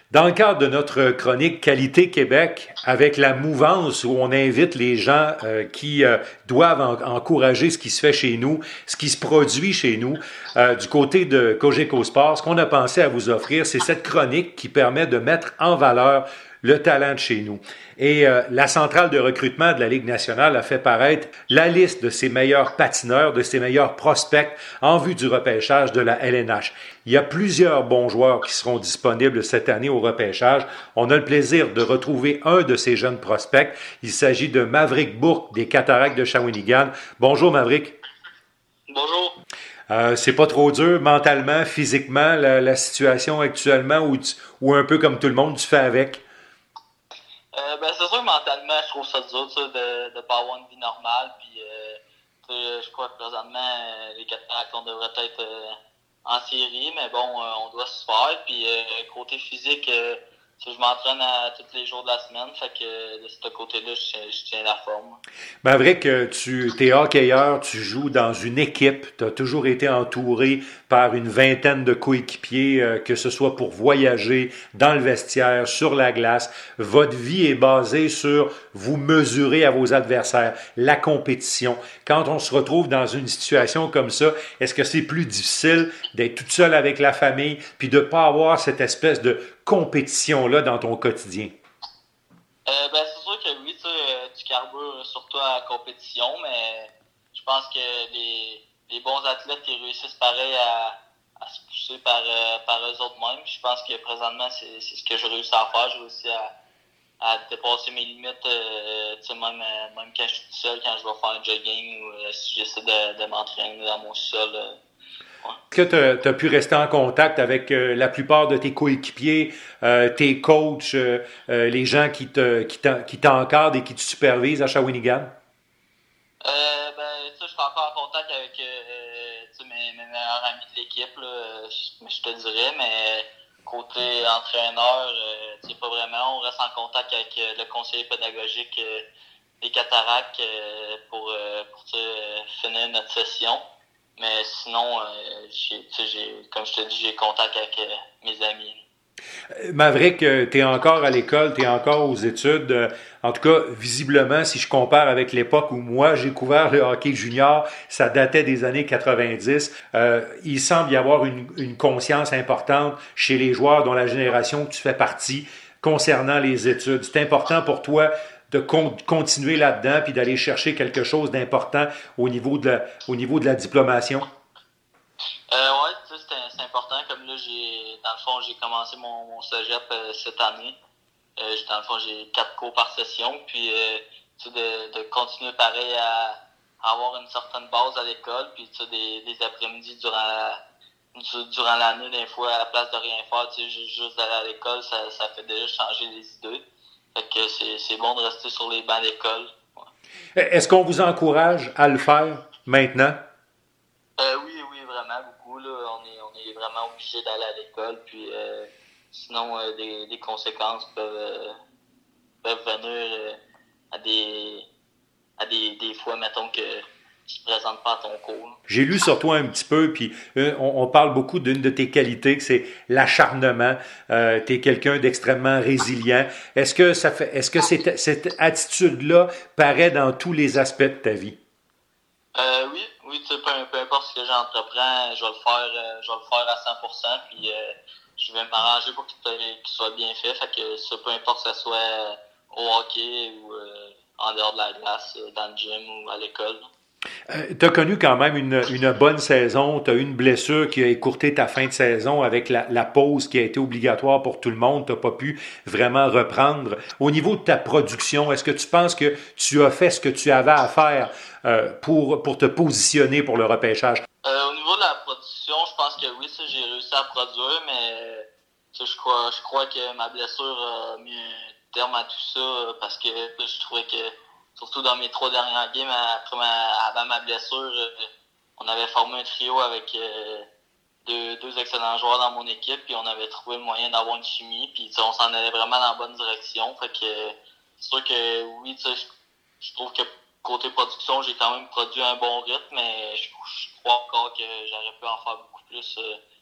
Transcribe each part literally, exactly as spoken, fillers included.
Dans le cadre de notre chronique Qualité Québec, avec la mouvance où on invite les gens euh, qui euh, doivent en- encourager ce qui se fait chez nous, ce qui se produit chez nous, euh, du côté de Cogeco Sport, ce qu'on a pensé à vous offrir, c'est cette chronique qui permet de mettre en valeur le talent de chez nous. Et euh, la centrale de recrutement de la Ligue nationale a fait paraître la liste de ses meilleurs patineurs, de ses meilleurs prospects en vue du repêchage de la L N H. Il y a plusieurs bons joueurs qui seront disponibles cette année au repêchage. On a le plaisir de retrouver un de ces jeunes prospects. Il s'agit de Maverick Bourque des Cataractes de Shawinigan. Bonjour Maverick. Bonjour. Euh, c'est pas trop dur mentalement, physiquement, la, la situation actuellement où, tu- où un peu comme tout le monde, tu fais avec. Euh, ben, c'est sûr que mentalement, je trouve ça dur ça, de ne pas avoir une vie normale. Puis, euh, tu sais, je crois que présentement, euh, les Cataractes, on devrait être euh, en série, mais bon, euh, on doit se faire. Puis, euh, côté physique, euh, tu sais, je m'entraîne à tous les jours de la semaine. Fait que euh, de ce côté-là, je, tiens- je tiens la forme. Maverick, euh, tu es hockeyeur, tu joues dans une équipe, tu as toujours été entouré par une vingtaine de coéquipiers, euh, que ce soit pour voyager dans le vestiaire, sur la glace. Votre vie est basée sur vous mesurer à vos adversaires, la compétition. Quand on se retrouve dans une situation comme ça, est-ce que c'est plus difficile d'être toute seule avec la famille puis de ne pas avoir cette espèce de compétition-là dans ton quotidien? Euh, ben, c'est sûr que oui, tu sais, euh, tu carbures surtout à la compétition, mais je pense que les, les bons athlètes, ils réussissent pareil à, à se pousser par, euh, par eux autres mêmes. Je pense que présentement, c'est, c'est ce que j'ai réussi à faire. J'ai réussi à, à dépasser mes limites, euh, tu sais, même, euh, même quand je suis tout seul, quand je vais faire un jogging ou euh, si j'essaie de, de m'entraîner dans mon sol. Euh, ouais. Est-ce que tu as pu rester en contact avec euh, la plupart de tes coéquipiers, euh, tes coachs, euh, euh, les gens qui te qui t'en- qui t'encadrent et qui te supervisent à Shawinigan? Euh, ben, tu sais, je suis encore en contact avec euh, tu sais, mes, mes meilleurs amis de l'équipe, là, euh, je, je te dirais, mais côté entraîneur, euh, tu sais, pas vraiment. On reste en contact avec euh, le conseiller pédagogique euh, des Cataractes euh, pour, euh, pour tu sais, euh, finir notre session. Mais sinon, euh, j'ai, tu sais, j'ai, comme je te dis, j'ai contact avec euh, mes amis. Maverick, tu es encore à l'école, tu es encore aux études. Euh, En tout cas, visiblement, si je compare avec l'époque où moi j'ai couvert le hockey junior, ça datait des années quatre-vingt-dix. Euh, il semble y avoir une, une conscience importante chez les joueurs dont la génération que tu fais partie concernant les études. C'est important pour toi de con- continuer là-dedans puis d'aller chercher quelque chose d'important au niveau de la, au niveau de la diplomation. Euh, ouais, tu sais, c'est, c'est important. Comme là, j'ai, dans le fond, j'ai commencé mon, mon cégep euh, cette année. Euh, j'ai- dans le fond, j'ai quatre cours par session. Puis, euh, tu sais, de, de continuer pareil à, à avoir une certaine base à l'école. Puis, tu sais, des, des après-midi durant, du- durant l'année, des fois, à la place de rien faire, tu sais, ju- juste d'aller à l'école, ça, ça fait déjà changer les idées. Fait que c'est, c'est bon de rester sur les bancs d'école. Ouais. Est-ce qu'on vous encourage à le faire maintenant? Euh, oui, oui, vraiment, beaucoup. Là. On est, on est vraiment obligé d'aller à l'école. Puis, euh, sinon, euh, des, des conséquences peuvent, euh, peuvent venir euh, à des à des, des fois, mettons que tu te présentes pas à ton cours. J'ai lu sur toi un petit peu, puis euh, on, on parle beaucoup d'une de tes qualités, que c'est l'acharnement. Euh, tu es quelqu'un d'extrêmement résilient. Est-ce que ça fait, est-ce que cette, cette attitude-là paraît dans tous les aspects de ta vie? Euh, oui, oui, tu sais, peu, peu importe ce que j'entreprends, je vais le faire, euh, je vais le faire à cent pour cent, puis euh, je vais m'arranger pour qu'il, qu'il soit bien fait. Fait que ça, peu importe que ce soit euh, au hockey ou euh, en dehors de la glace, euh, dans le gym ou à l'école. Euh, tu as connu quand même une, une bonne saison. Tu as eu une blessure qui a écourté ta fin de saison avec la, la pause qui a été obligatoire pour tout le monde. Tu n'as pas pu vraiment reprendre. Au niveau de ta production, est-ce que tu penses que tu as fait ce que tu avais à faire euh, pour, pour te positionner pour le repêchage? Euh, au niveau de la production, je pense que oui, ça, j'ai réussi à produire, mais tu sais, je crois, je crois que ma blessure a mis un terme à tout ça euh, parce que là, je trouvais que, surtout dans mes trois dernières games, après ma, avant ma blessure, euh, on avait formé un trio avec euh, deux, deux excellents joueurs dans mon équipe, puis on avait trouvé le moyen d'avoir une chimie, puis tu sais, on s'en allait vraiment dans la bonne direction. Fait que c'est sûr que oui, tu sais, je, je trouve que côté production, j'ai quand même produit un bon rythme, mais je, je crois encore que j'aurais pu en faire beaucoup plus euh,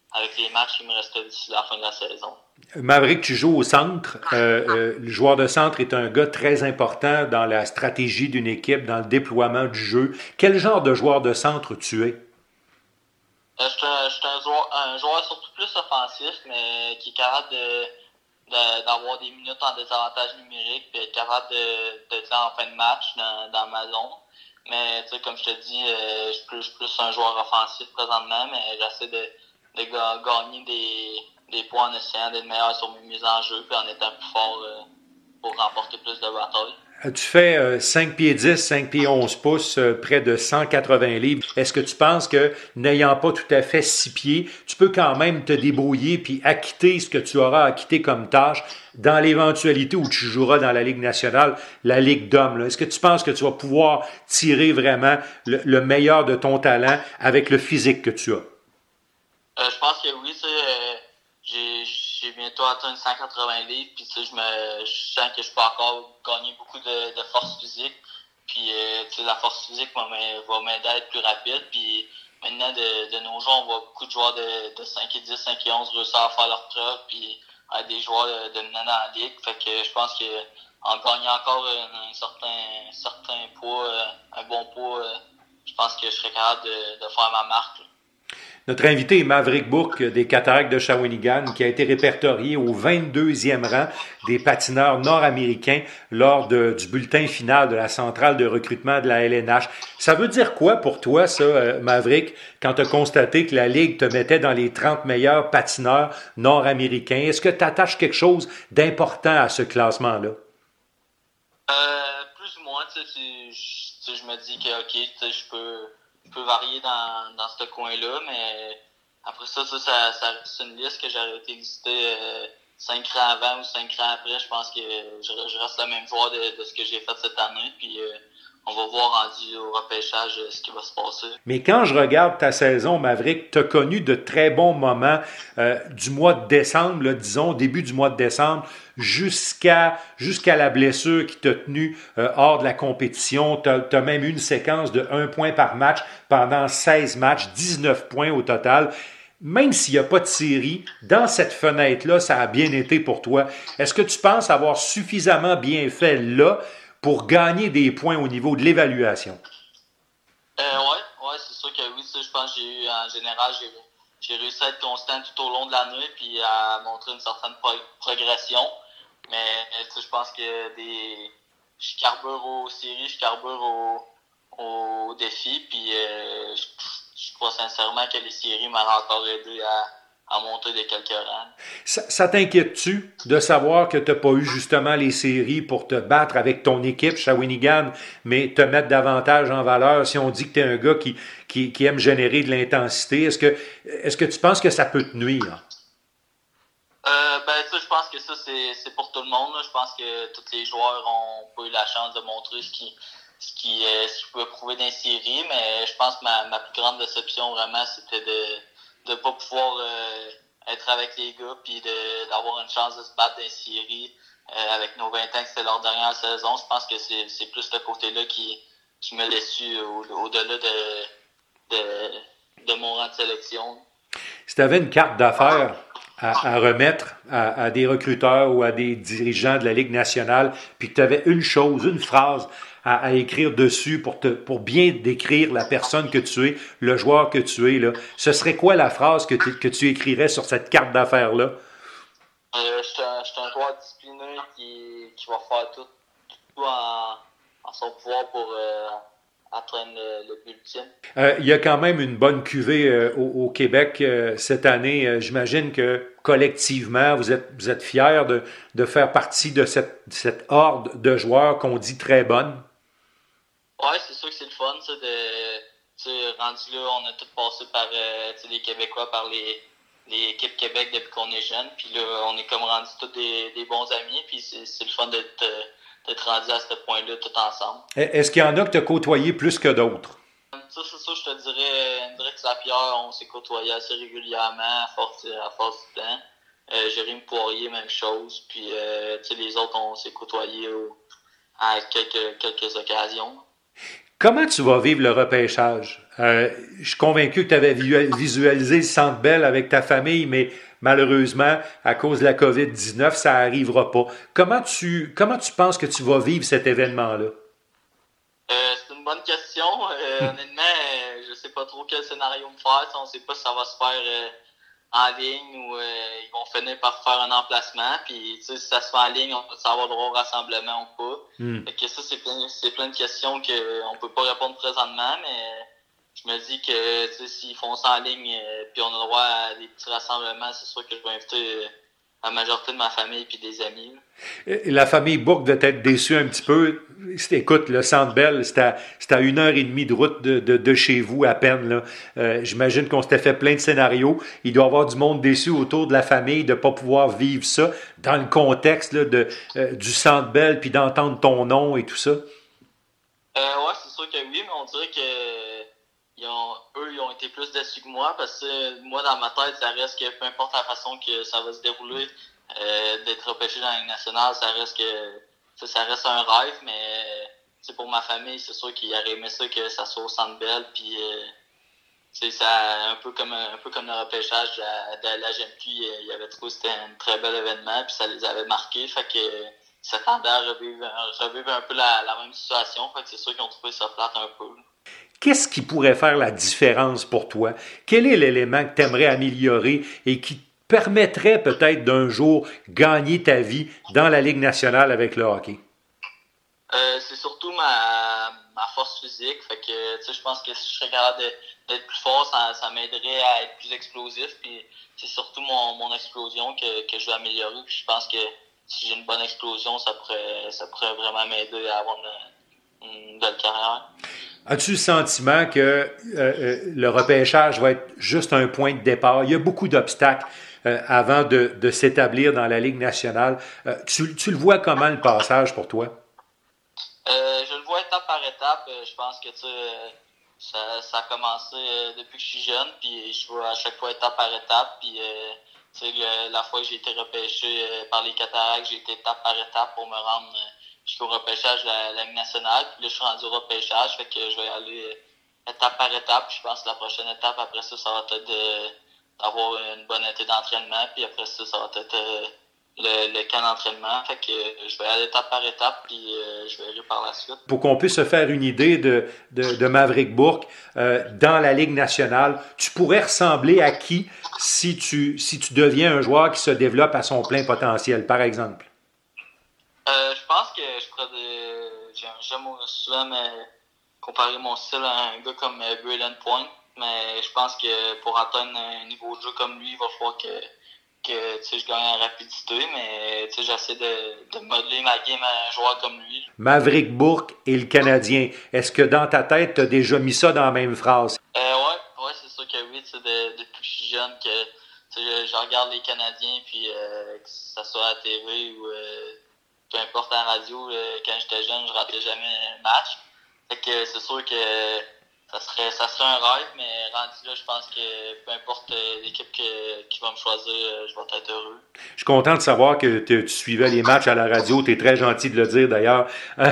avec les matchs qui me restaient d'ici la fin de la saison. Maverick, tu joues au centre. Euh, euh, le joueur de centre est un gars très important dans la stratégie d'une équipe, dans le déploiement du jeu. Quel genre de joueur de centre tu es? Euh, je suis un, je suis un joueur, un joueur surtout plus offensif, mais qui est capable de, de, d'avoir des minutes en désavantage numérique, puis être capable de, de dire en fin de match dans, dans ma zone. Mais tu sais, comme je te dis, euh, je, suis plus, je suis plus un joueur offensif présentement, mais j'essaie de, de ga- gagner des, des points en essayant d'être meilleur sur mes mises en jeu, puis en étant plus fort euh, pour remporter plus de batailles. Tu fais euh, cinq pieds dix, cinq pieds onze pouces, euh, près de cent quatre-vingts livres. Est-ce que tu penses que, n'ayant pas tout à fait six pieds, tu peux quand même te débrouiller puis acquitter ce que tu auras acquitté comme tâche dans l'éventualité où tu joueras dans la Ligue nationale, la Ligue d'hommes? Là? Est-ce que tu penses que tu vas pouvoir tirer vraiment le, le meilleur de ton talent avec le physique que tu as? Euh, je pense que oui, tu sais, euh, j'ai, j'ai bientôt atteint cent quatre-vingts livres, puis tu sais, je me, je sens que je peux encore gagner beaucoup de, de force physique, puis euh, tu sais, la force physique va m'aider, va m'aider à être plus rapide, puis maintenant, de, de nos jours, on voit beaucoup de joueurs de, de cinq et dix, cinq et onze réussir à faire leur preuve, puis à être des joueurs de, dominants dans la ligue, fait que je pense que en gagnant encore un, un certain, un certain poids, un bon poids, je pense que je serais capable de, de faire ma marque, là. Notre invité est Maverick Bourque des Cataractes de Shawinigan, qui a été répertorié au vingt-deuxième rang des patineurs nord-américains lors de, du bulletin final de la centrale de recrutement de la L N H. Ça veut dire quoi pour toi, ça, Maverick, quand tu as constaté que la Ligue te mettait dans les trente meilleurs patineurs nord-américains? Est-ce que tu attaches quelque chose d'important à ce classement-là? Euh, plus ou moins, tu sais, je me dis que, OK, tu sais, je peux... Je peux varier dans, dans ce coin-là, mais après ça, ça, ça, ça reste une liste que j'aurais été listée euh, cinq rangs avant ou cinq rangs après. Je pense que je, je reste le même joueur de, de ce que j'ai fait cette année, puis euh, on va voir rendu au repêchage ce qui va se passer. Mais quand je regarde ta saison, Maverick, tu as connu de très bons moments euh, du mois de décembre, là, disons, début du mois de décembre, jusqu'à jusqu'à la blessure qui t'a tenu euh, hors de la compétition. Tu as même eu une séquence de un point par match pendant seize matchs, dix-neuf points au total. Même s'il n'y a pas de série, dans cette fenêtre-là, ça a bien été pour toi. Est-ce que tu penses avoir suffisamment bien fait là pour gagner des points au niveau de l'évaluation? Euh, ouais, ouais, c'est sûr que oui. Ça, je pense que j'ai eu, en général, j'ai, j'ai réussi à être constant tout au long de l'année puis à montrer une certaine pro- progression. Mais ça, je pense que des, je carbure aux séries, je carbure aux, aux défis. Puis euh, je, je crois sincèrement que les séries m'ont encore aidé à à monter de quelques rangs. Ça, ça t'inquiète-tu de savoir que tu n'as pas eu justement les séries pour te battre avec ton équipe Shawinigan, mais te mettre davantage en valeur si on dit que tu es un gars qui, qui, qui aime générer de l'intensité? Est-ce que, est-ce que tu penses que ça peut te nuire? Euh, ben ça, je pense que ça, c'est, c'est pour tout le monde, là. Je pense que tous les joueurs ont pas eu la chance de montrer ce qui ce qui, euh, ce qu'ils pouvaient prouver dans les séries, mais je pense que ma, ma plus grande déception, vraiment, c'était de de pas pouvoir euh, être avec les gars puis de, d'avoir une chance de se battre dans les séries euh, avec nos vingt ans que c'était leur dernière saison. Je pense que c'est, c'est plus ce côté-là qui, qui m'a déçu au, au-delà de, de, de mon rang de sélection. Si tu avais une carte d'affaires à, à remettre à, à des recruteurs ou à des dirigeants de la Ligue nationale, puis que tu avais une chose, une phrase à, à écrire dessus pour, te, pour bien décrire la personne que tu es, le joueur que tu es, là, ce serait quoi la phrase que, que tu écrirais sur cette carte d'affaires-là? Euh, je suis un, je suis un joueur discipliné qui, qui va faire tout, tout en, en son pouvoir pour euh, atteindre le, le but ultime. Euh, il y a quand même une bonne cuvée euh, au, au Québec euh, cette année. Euh, j'imagine que collectivement, vous êtes, vous êtes fiers de, de faire partie de cette, cette horde de joueurs qu'on dit très bonne. Ouais, c'est sûr que c'est le fun, ça, de, tu sais, rendu là, on a tout passé par, euh, tu sais, les Québécois, par les, les équipes Québec depuis qu'on est jeune, puis là, on est comme rendu tous des, des bons amis, puis c'est, c'est le fun d'être, d'être rendu à ce point-là tout ensemble. Est-ce qu'il y en a que tu as côtoyé plus que d'autres? Ça, c'est ça, je te dirais, Hendrix Lapierre, on s'est côtoyé assez régulièrement, à force, à force du temps. Euh, Jérémy Poirier, même chose, puis, euh, tu sais, les autres, on s'est côtoyé au, à quelques, quelques occasions. Comment tu vas vivre le repêchage? Euh, je suis convaincu que tu avais visualisé le Centre Bell avec ta famille, mais malheureusement, à cause de la covid dix-neuf, ça n'arrivera pas. Comment tu, comment tu penses que tu vas vivre cet événement-là? Euh, c'est une bonne question. Euh, honnêtement, euh, je sais pas trop quel scénario me faire. On sait pas si ça va se faire euh, en ligne ou euh, ils vont finir par faire un emplacement. Puis si ça se fait en ligne, on peut savoir droit au rassemblement ou pas. Mm. Fait que ça, c'est plein, c'est plein de questions qu'on peut pas répondre présentement, mais je me dis que s'ils font ça en ligne euh, puis on a droit à des petits rassemblements, c'est sûr que je vais inviter euh, la majorité de ma famille puis des amis. La famille Bourque devait être déçue un petit peu. Écoute, le Centre Bell, c'est à, c'est à une heure et demie de route de, de, de chez vous à peine. Là. Euh, j'imagine qu'on s'était fait plein de scénarios. Il doit y avoir du monde déçu autour de la famille de ne pas pouvoir vivre ça dans le contexte là, de, euh, du Centre Bell puis d'entendre ton nom et tout ça. Euh, ouais, c'est sûr que oui, mais on dirait que ils ont, eux, ils ont été plus déçus que moi parce que moi, dans ma tête, ça reste que peu importe la façon que ça va se dérouler, euh, d'être repêché dans la Ligue nationale, ça reste que ça, ça reste un rêve, mais c'est pour ma famille, c'est sûr qu'ils auraient aimé ça que ça soit au Centre Bell, puis euh, c'est ça un peu comme un peu comme le repêchage de la, de la G M Q, il y avait trouvé que c'était un très bel événement, puis ça les avait marqués, fait que ils s'attendaient à revivre, revivre un peu la, la même situation, fait que c'est sûr qu'ils ont trouvé ça plate un peu. Qu'est-ce qui pourrait faire la différence pour toi? Quel est l'élément que tu aimerais améliorer et qui te permettrait peut-être d'un jour gagner ta vie dans la Ligue nationale avec le hockey? Euh, c'est surtout ma, ma force physique. Fait que, tu sais, je pense que si je serais capable de, d'être plus fort, ça, ça m'aiderait à être plus explosif. Puis c'est surtout mon, mon explosion que, que je veux améliorer. Puis je pense que si j'ai une bonne explosion, ça pourrait, ça pourrait vraiment m'aider à avoir une, une belle carrière. As-tu le sentiment que euh, euh, le repêchage va être juste un point de départ? Il y a beaucoup d'obstacles euh, avant de, de s'établir dans la Ligue nationale. Euh, tu, tu le vois comment le passage pour toi? Euh, je le vois étape par étape. Euh, je pense que tu sais, euh, ça, ça a commencé euh, depuis que je suis jeune, puis je vois à chaque fois étape par étape. Puis euh, tu sais, le- la fois que j'ai été repêché euh, par les Cataractes, j'ai été étape par étape pour me rendre euh, jusqu'au repêchage de la, la Ligue nationale. Puis là, je suis rendu au repêchage, fait que je vais aller euh, étape par étape. Puis je pense que la prochaine étape après ça, ça va être de, d'avoir une bonne été d'entraînement. Puis après ça, ça va être euh, le, le camp d'entraînement. Fait que euh, je vais aller étape par étape, puis euh, je verrai par la suite. Pour qu'on puisse se faire une idée de, de, de Maverick Bourque euh, dans la Ligue nationale, tu pourrais ressembler à qui si tu, si tu deviens un joueur qui se développe à son plein potentiel, par exemple? Euh, je pense que je pourrais de... J'aime, j'aime souvent me comparer mon style à un gars comme euh, Braden Point, mais je pense que pour atteindre un niveau de jeu comme lui, il va falloir que, que tu sais, je gagne en rapidité, mais tu sais, j'essaie de, de modeler ma game à un joueur comme lui. Maverick Bourque et le Canadien. Est-ce que dans ta tête, tu as déjà mis ça dans la même phrase? Euh, ouais, ouais, c'est sûr que oui, tu sais, de, depuis que je suis jeune, que tu sais, je, je regarde les Canadiens, puis euh, que ça soit à la T V ou euh, peu importe à la radio, euh, quand j'étais jeune, je ratais jamais un match. Fait que c'est sûr que ça serait ça serait un rêve, mais rendu là, je pense que peu importe euh, l'équipe que, qui va me choisir, euh, je vais être heureux. Je suis content de savoir que te- tu suivais les matchs à la radio. Tu es très gentil de le dire d'ailleurs.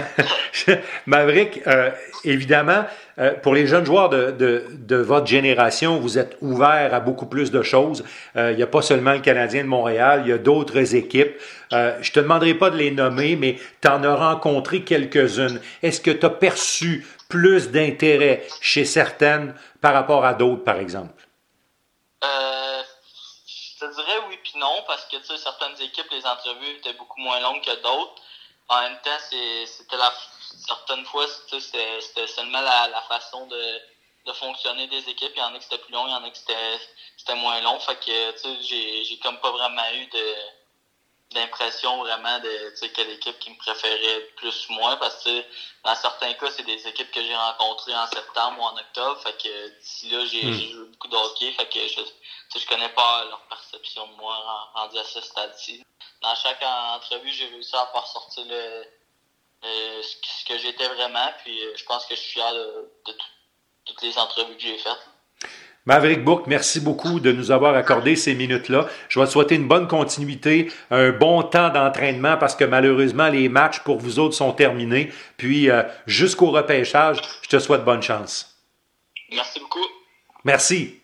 Maverick, euh, évidemment, euh, pour les jeunes joueurs de, de, de votre génération, vous êtes ouverts à beaucoup plus de choses. Euh, il n'y a pas seulement le Canadien de Montréal, il y a d'autres équipes. Euh, je te demanderai pas de les nommer, mais tu en as rencontré quelques-unes. Est-ce que tu as perçu plus d'intérêt chez certaines par rapport à d'autres, par exemple? Euh, je te dirais oui puis non, parce que tu sais, certaines équipes, les entrevues étaient beaucoup moins longues que d'autres. En même temps, c'est, c'était la, certaines fois, tu sais, c'était, c'était seulement la, la façon de, de fonctionner des équipes. Il y en a qui c'était plus long, il y en a qui c'était, c'était moins long. Fait que, tu sais, j'ai, j'ai comme pas vraiment eu de, d'impression vraiment de, tu sais, quelle équipe qui me préférait plus ou moins, parce que, tu sais, dans certains cas, c'est des équipes que j'ai rencontrées en septembre ou en octobre. Fait que, d'ici là, j'ai, Hmm. j'ai joué beaucoup de hockey. Fait que, je, tu sais, je connais pas leur perception de moi rendu à ce stade-ci. Dans chaque entrevue, j'ai réussi à faire sortir le, le ce, que- ce que j'étais vraiment, puis euh, je pense que je suis fier de, de tout- toutes les entrevues que j'ai faites. Maverick Bourque, merci beaucoup de nous avoir accordé ces minutes-là. Je vais te souhaiter une bonne continuité, un bon temps d'entraînement parce que malheureusement, les matchs pour vous autres sont terminés. Puis euh, jusqu'au repêchage, je te souhaite bonne chance. Merci beaucoup. Merci.